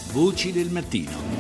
Voci del mattino.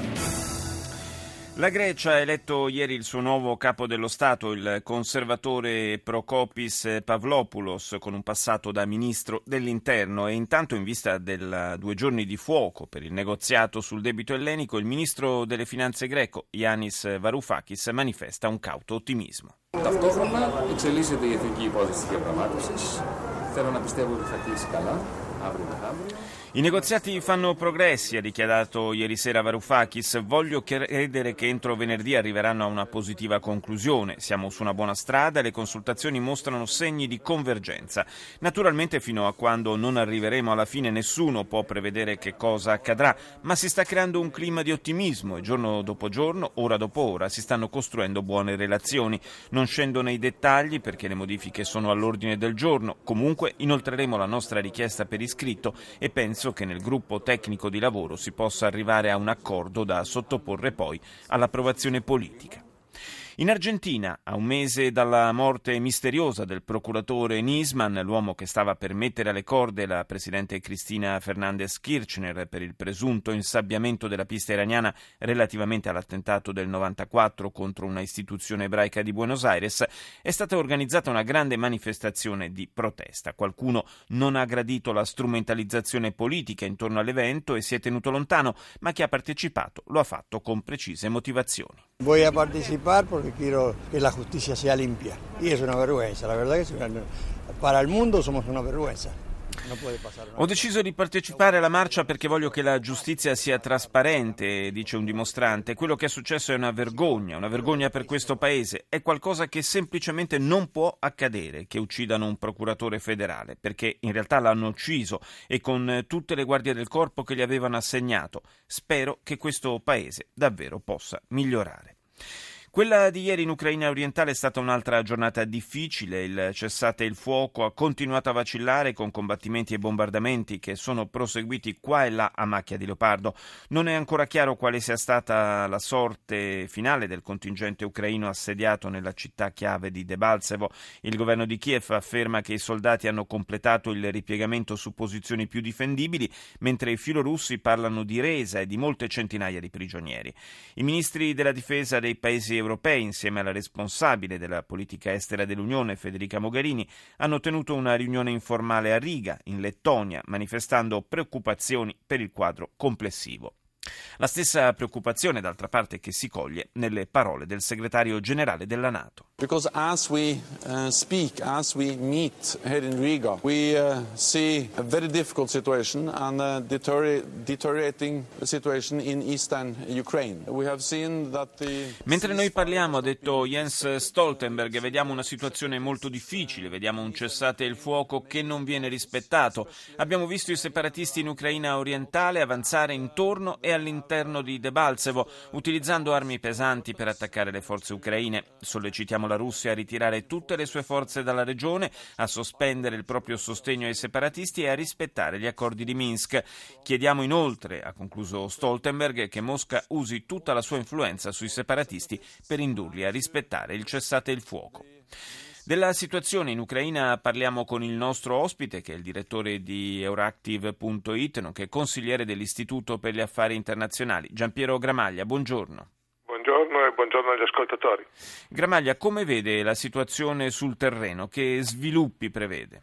La Grecia ha eletto ieri il suo nuovo capo dello Stato, il conservatore Prokopis Pavlopoulos, con un passato da ministro dell'Interno, e intanto, in vista dei 2 giorni di fuoco per il negoziato sul debito ellenico, il ministro delle finanze greco, Yanis Varoufakis, manifesta un cauto ottimismo. Ταυτόχρονα εξελίσσεται η εθνική υπόθεση της διαπραγμάτευσης. Θέλω να πιστεύω ότι θα κλείσει καλά, αύριο μεθαύριο. I negoziati fanno progressi, ha dichiarato ieri sera Varoufakis. Voglio credere che entro venerdì arriveranno a una positiva conclusione. Siamo su una buona strada e le consultazioni mostrano segni di convergenza. Naturalmente, fino a quando non arriveremo alla fine, nessuno può prevedere che cosa accadrà, ma si sta creando un clima di ottimismo e giorno dopo giorno, ora dopo ora, si stanno costruendo buone relazioni. Non scendo nei dettagli perché le modifiche sono all'ordine del giorno. Comunque inoltreremo la nostra richiesta per iscritto e penso che nel gruppo tecnico di lavoro si possa arrivare a un accordo da sottoporre poi all'approvazione politica. In Argentina, a un mese dalla morte misteriosa del procuratore Nisman, l'uomo che stava per mettere alle corde la presidente Cristina Fernández Kirchner per il presunto insabbiamento della pista iraniana relativamente all'attentato del 94 contro una istituzione ebraica di Buenos Aires, è stata organizzata una grande manifestazione di protesta. Qualcuno non ha gradito la strumentalizzazione politica intorno all'evento e si è tenuto lontano, ma chi ha partecipato lo ha fatto con precise motivazioni. Voy a participar porque quiero que la justicia sea limpia. Y es una vergüenza, la verdad que para el mundo somos una vergüenza. Ho deciso di partecipare alla marcia perché voglio che la giustizia sia trasparente, dice un dimostrante. Quello che è successo è una vergogna per questo paese. È qualcosa che semplicemente non può accadere, che uccidano un procuratore federale, perché in realtà l'hanno ucciso e con tutte le guardie del corpo che gli avevano assegnato. Spero che questo paese davvero possa migliorare. Quella di ieri in Ucraina orientale è stata un'altra giornata difficile. Il cessate il fuoco ha continuato a vacillare con combattimenti e bombardamenti che sono proseguiti qua e là a macchia di leopardo. Non è ancora chiaro quale sia stata la sorte finale del contingente ucraino assediato nella città chiave di Debaltsevo. Il governo di Kiev afferma che i soldati hanno completato il ripiegamento su posizioni più difendibili, mentre i filorussi parlano di resa e di molte centinaia di prigionieri. I ministri della difesa dei paesi europei, insieme alla responsabile della politica estera dell'Unione, Federica Mogherini, hanno tenuto una riunione informale a Riga, in Lettonia, manifestando preoccupazioni per il quadro complessivo. La stessa preoccupazione, d'altra parte, che si coglie nelle parole del segretario generale della NATO. Because as we speak, as we meet here in Riga, we see a very difficult situation and a deteriorating situation in eastern Ukraine. We have seen that Mentre noi parliamo, ha detto Jens Stoltenberg, vediamo una situazione molto difficile, vediamo un cessate il fuoco che non viene rispettato. Abbiamo visto i separatisti in Ucraina orientale avanzare intorno e all'interno di Debaltsevo, utilizzando armi pesanti per attaccare le forze ucraine. Sollecitiamo la Russia a ritirare tutte le sue forze dalla regione, a sospendere il proprio sostegno ai separatisti e a rispettare gli accordi di Minsk. Chiediamo inoltre, ha concluso Stoltenberg, che Mosca usi tutta la sua influenza sui separatisti per indurli a rispettare il cessate il fuoco. Della situazione in Ucraina parliamo con il nostro ospite, che è il direttore di Euractiv.it, nonché consigliere dell'Istituto per gli Affari Internazionali, Giampiero Gramaglia. Buongiorno. Buongiorno e buongiorno agli ascoltatori. Gramaglia, come vede la situazione sul terreno? Che sviluppi prevede?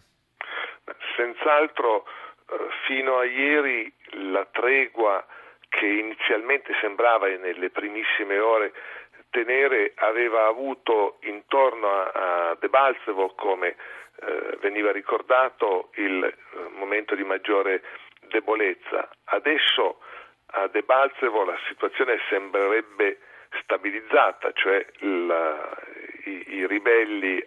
Senz'altro fino a ieri la tregua che inizialmente sembrava nelle primissime ore tenere aveva avuto intorno a Debaltsevo, come veniva ricordato, il momento di maggiore debolezza. Adesso a Debaltsevo la situazione sembrerebbe stabilizzata, cioè i ribelli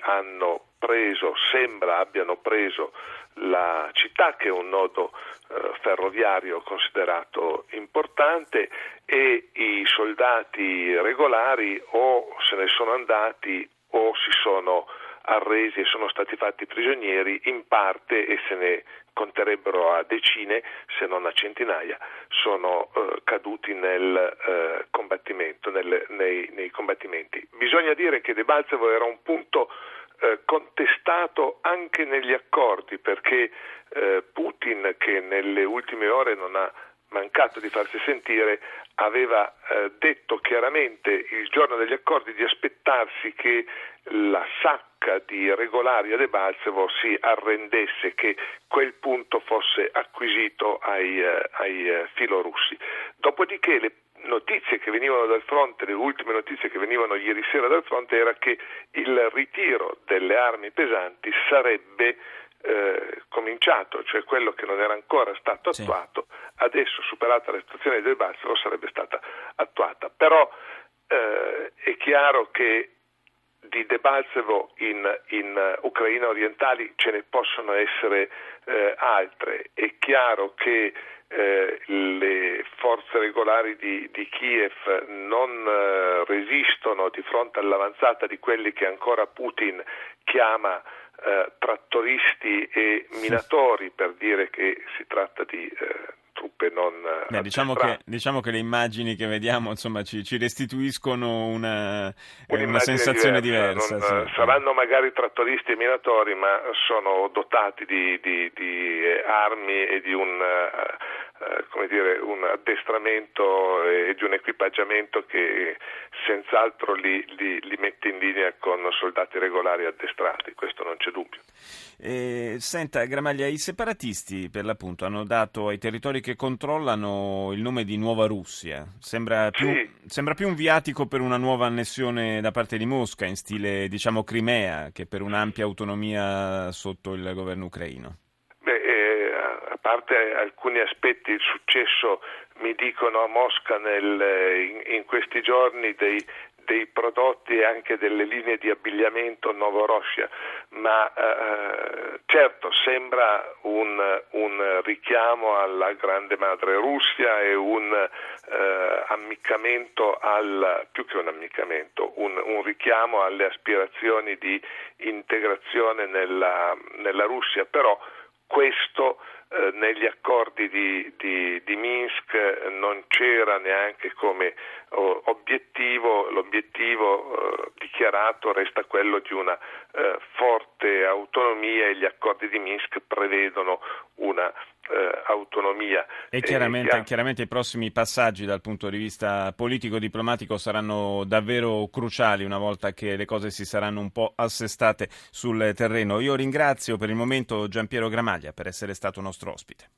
abbiano preso la città, che è un nodo ferroviario considerato importante, e i soldati regolari o se ne sono andati o si sono arresi e sono stati fatti prigionieri in parte, e se ne conterebbero a decine se non a centinaia, sono caduti nel combattimento, nei combattimenti. Bisogna dire che Debaltsevo era un punto contestato anche negli accordi, perché Putin, che nelle ultime ore non ha mancato di farsi sentire, aveva detto chiaramente il giorno degli accordi di aspettarsi che la sacca di regolari a Debaltsevo si arrendesse, che quel punto fosse acquisito ai filorussi. Dopodiché le notizie che venivano dal fronte, le ultime notizie che venivano ieri sera dal fronte, era che il ritiro delle armi pesanti sarebbe cominciato, cioè quello che non era ancora stato attuato, adesso superata la situazione di Debaltsevo sarebbe stata attuata. Però è chiaro che di Debaltsevo in Ucraina orientali ce ne possono essere altre. È chiaro che le forze regolari di Kiev non resistono di fronte all'avanzata di quelli che ancora Putin chiama trattoristi e minatori, per dire che si tratta di truppe non diciamo che le immagini che vediamo, insomma, ci restituiscono una sensazione diversa. Saranno magari trattoristi e minatori, ma sono dotati di armi e di un addestramento e di un equipaggiamento che senz'altro li mette in linea con soldati regolari addestrati, questo non c'è dubbio. Senta, Gramaglia, i separatisti per l'appunto hanno dato ai territori che controllano il nome di Nuova Russia. Sembra più un viatico per una nuova annessione da parte di Mosca, in stile, diciamo, Crimea, che per un'ampia autonomia sotto il governo ucraino. A parte alcuni aspetti, il successo, mi dicono a Mosca in questi giorni dei prodotti e anche delle linee di abbigliamento Novorossiya, ma certo sembra un richiamo alla grande madre Russia e un ammiccamento più che un ammiccamento, un richiamo alle aspirazioni di integrazione nella Russia, però questo negli accordi di Minsk non c'era neanche come obiettivo. L'obiettivo dichiarato resta quello di una forte autonomia, e gli accordi di Minsk prevedono una autonomia. E chiaramente i prossimi passaggi dal punto di vista politico-diplomatico saranno davvero cruciali una volta che le cose si saranno un po' assestate sul terreno. Io ringrazio per il momento Giampiero Gramaglia per essere stato nostro ospite.